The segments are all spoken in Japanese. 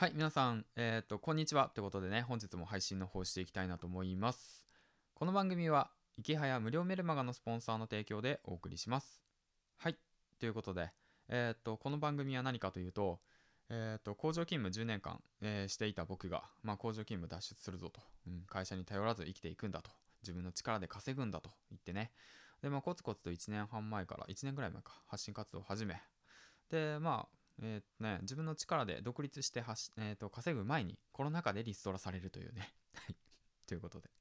はい、皆さん、こんにちはってことでね、本日も配信の方していきたいなと思います。この番組は、いきはや無料メルマガのスポンサーの提供でお送りします。はい、ということで、この番組は何かというと、工場勤務10年間、していた僕が、工場勤務脱出するぞと、会社に頼らず生きていくんだと、自分の力で稼ぐんだと言ってね、で、コツコツと1年半前から、1年ぐらい前か、発信活動を始め、で、自分の力で独立して稼ぐ前にコロナ禍でリストラされるというね。はい。ということで。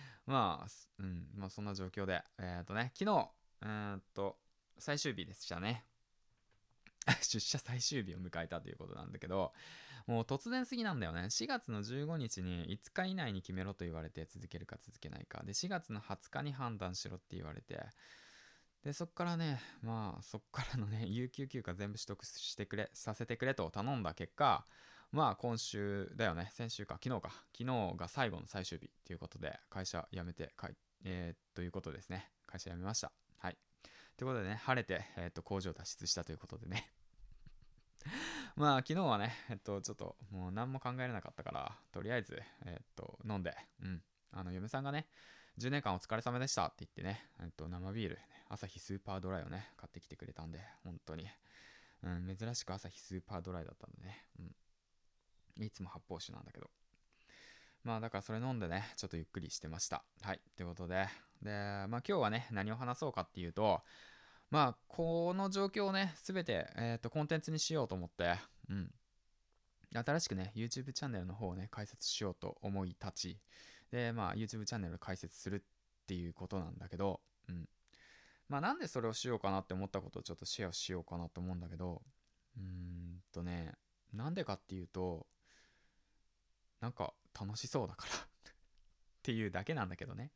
そんな状況で、昨日、最終日でしたね。出社最終日を迎えたということなんだけど、もう突然すぎなんだよね。4月の15日に5日以内に決めろと言われて続けるか続けないか。で、4月の20日に判断しろって言われて、で、そっからね、そっからのね、有給休暇全部取得してくれ、させてくれと頼んだ結果、今週だよね、先週か、昨日が最後の最終日ということで、会社辞めて、ということですね。会社辞めました。はい。ということでね、晴れて、工場脱出したということでね。昨日はね、ちょっと、もう何も考えれなかったから、とりあえず、飲んで、嫁さんがね、10年間お疲れ様でしたって言ってね、生ビール、ね、朝日スーパードライをね、買ってきてくれたんで、本当に、珍しく朝日スーパードライだったんでね、いつも発泡酒なんだけど、だからそれ飲んでね、ちょっとゆっくりしてました。はい、ということで、今日はね、何を話そうかっていうと、この状況をね、すべて、コンテンツにしようと思って、新しくね、YouTube チャンネルの方をね、開設しようと思い立ち、で、YouTube チャンネルを開設するっていうことなんだけど、なんでそれをしようかなって思ったことをちょっとシェアしようかなと思うんだけど、うーんとね、なんでかっていうと、なんか楽しそうだからっていうだけなんだけどね。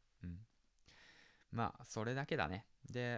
それだけだね。で、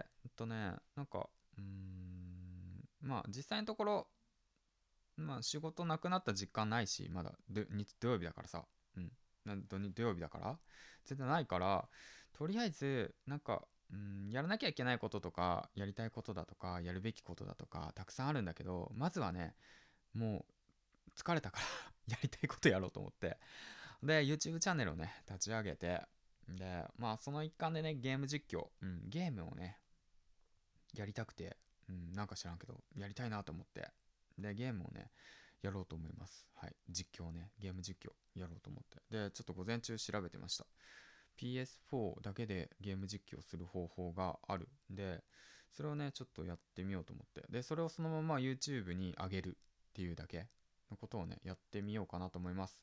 実際のところ、仕事なくなった実感ないし、まだ土曜日だからさ、土曜日だから全然ないから、とりあえずやらなきゃいけないこととかやりたいことだとかやるべきことだとかたくさんあるんだけど、まずはね、もう疲れたからやりたいことやろうと思って、で YouTube チャンネルをね立ち上げて、でその一環でね、ゲーム実況、ゲームをねやりたくて、なんか知らんけどやりたいなと思って、でゲームをねやろうと思います。はい、実況ね、ゲーム実況やろうと思って、でちょっと午前中調べてました。 PS4 だけでゲーム実況する方法があるんで、それをねちょっとやってみようと思って、でそれをそのまま YouTube に上げるっていうだけのことをねやってみようかなと思います。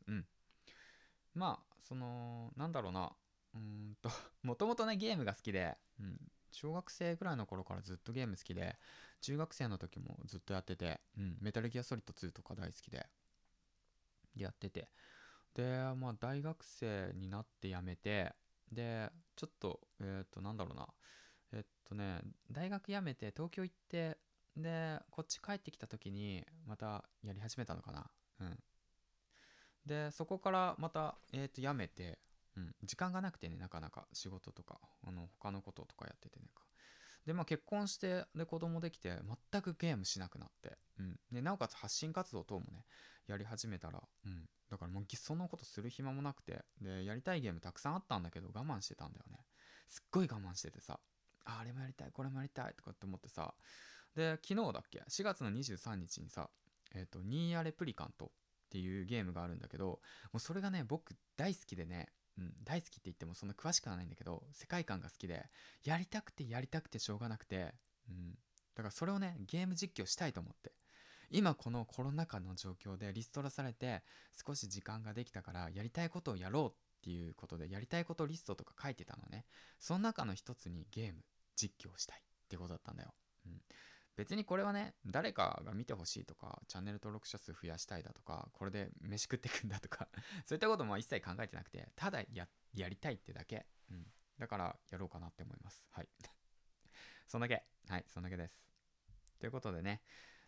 なんだろうな、もともとねゲームが好きで、小学生ぐらいの頃からずっとゲーム好きで、中学生の時もずっとやってて、メタルギアソリッド2とか大好きでやってて、で大学生になってやめて、でちょっとなんだろうな、大学辞めて東京行って、でこっち帰ってきた時にまたやり始めたのかな。でそこからまた、辞めて、時間がなくてね、なかなか仕事とか他のこととかやっててね、で結婚して、で子供できて全くゲームしなくなって、でなおかつ発信活動等もねやり始めたら、だからもうそんなことする暇もなくて、でやりたいゲームたくさんあったんだけど我慢してたんだよね。すっごい我慢しててさ、あれもやりたいこれもやりたいとかって思ってさ、で昨日だっけ、4月の23日にさ、ニーアレプリカントっていうゲームがあるんだけど、もうそれがね僕大好きでね、大好きって言ってもそんな詳しくはないんだけど、世界観が好きでやりたくてやりたくてしょうがなくて、だからそれをねゲーム実況したいと思って、今このコロナ禍の状況でリストラされて少し時間ができたからやりたいことをやろうっていうことで、やりたいことリストとか書いてたのね。その中の一つにゲーム実況したいってことだったんだよ。別にこれはね誰かが見てほしいとかチャンネル登録者数増やしたいだとかこれで飯食ってくんだとかそういったことも一切考えてなくて、ただやりたいってだけ、だからやろうかなって思います。はい。そんだけ、はいそんだけです。ということでね、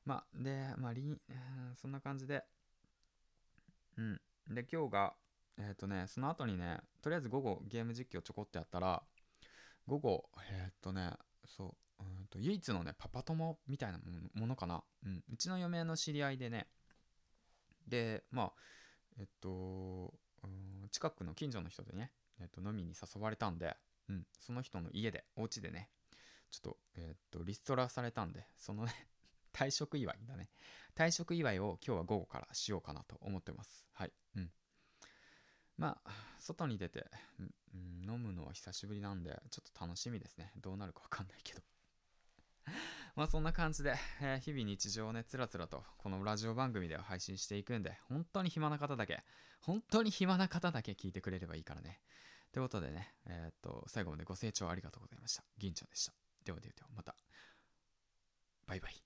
そんな感じで、で今日がその後にね、とりあえず午後ゲーム実況ちょこってやったら、午後そう唯一のねパパ友みたいなものかな、うちの嫁の知り合いでね、 でまあ近くの近所の人でね、飲みに誘われたんで、その人の家でお家でね、ちょっとリストラされたんで、そのね退職祝いだね、退職祝いを今日は午後からしようかなと思ってます。はい。まあ外に出て、飲むのは久しぶりなんでちょっと楽しみですね。どうなるかわかんないけどまあそんな感じで、日々日常をねつらつらとこのラジオ番組では配信していくんで、本当に暇な方だけ聞いてくれればいいからね。ということでね、最後までご清聴ありがとうございました。銀ちゃんでした。ではではではまた。バイバイ。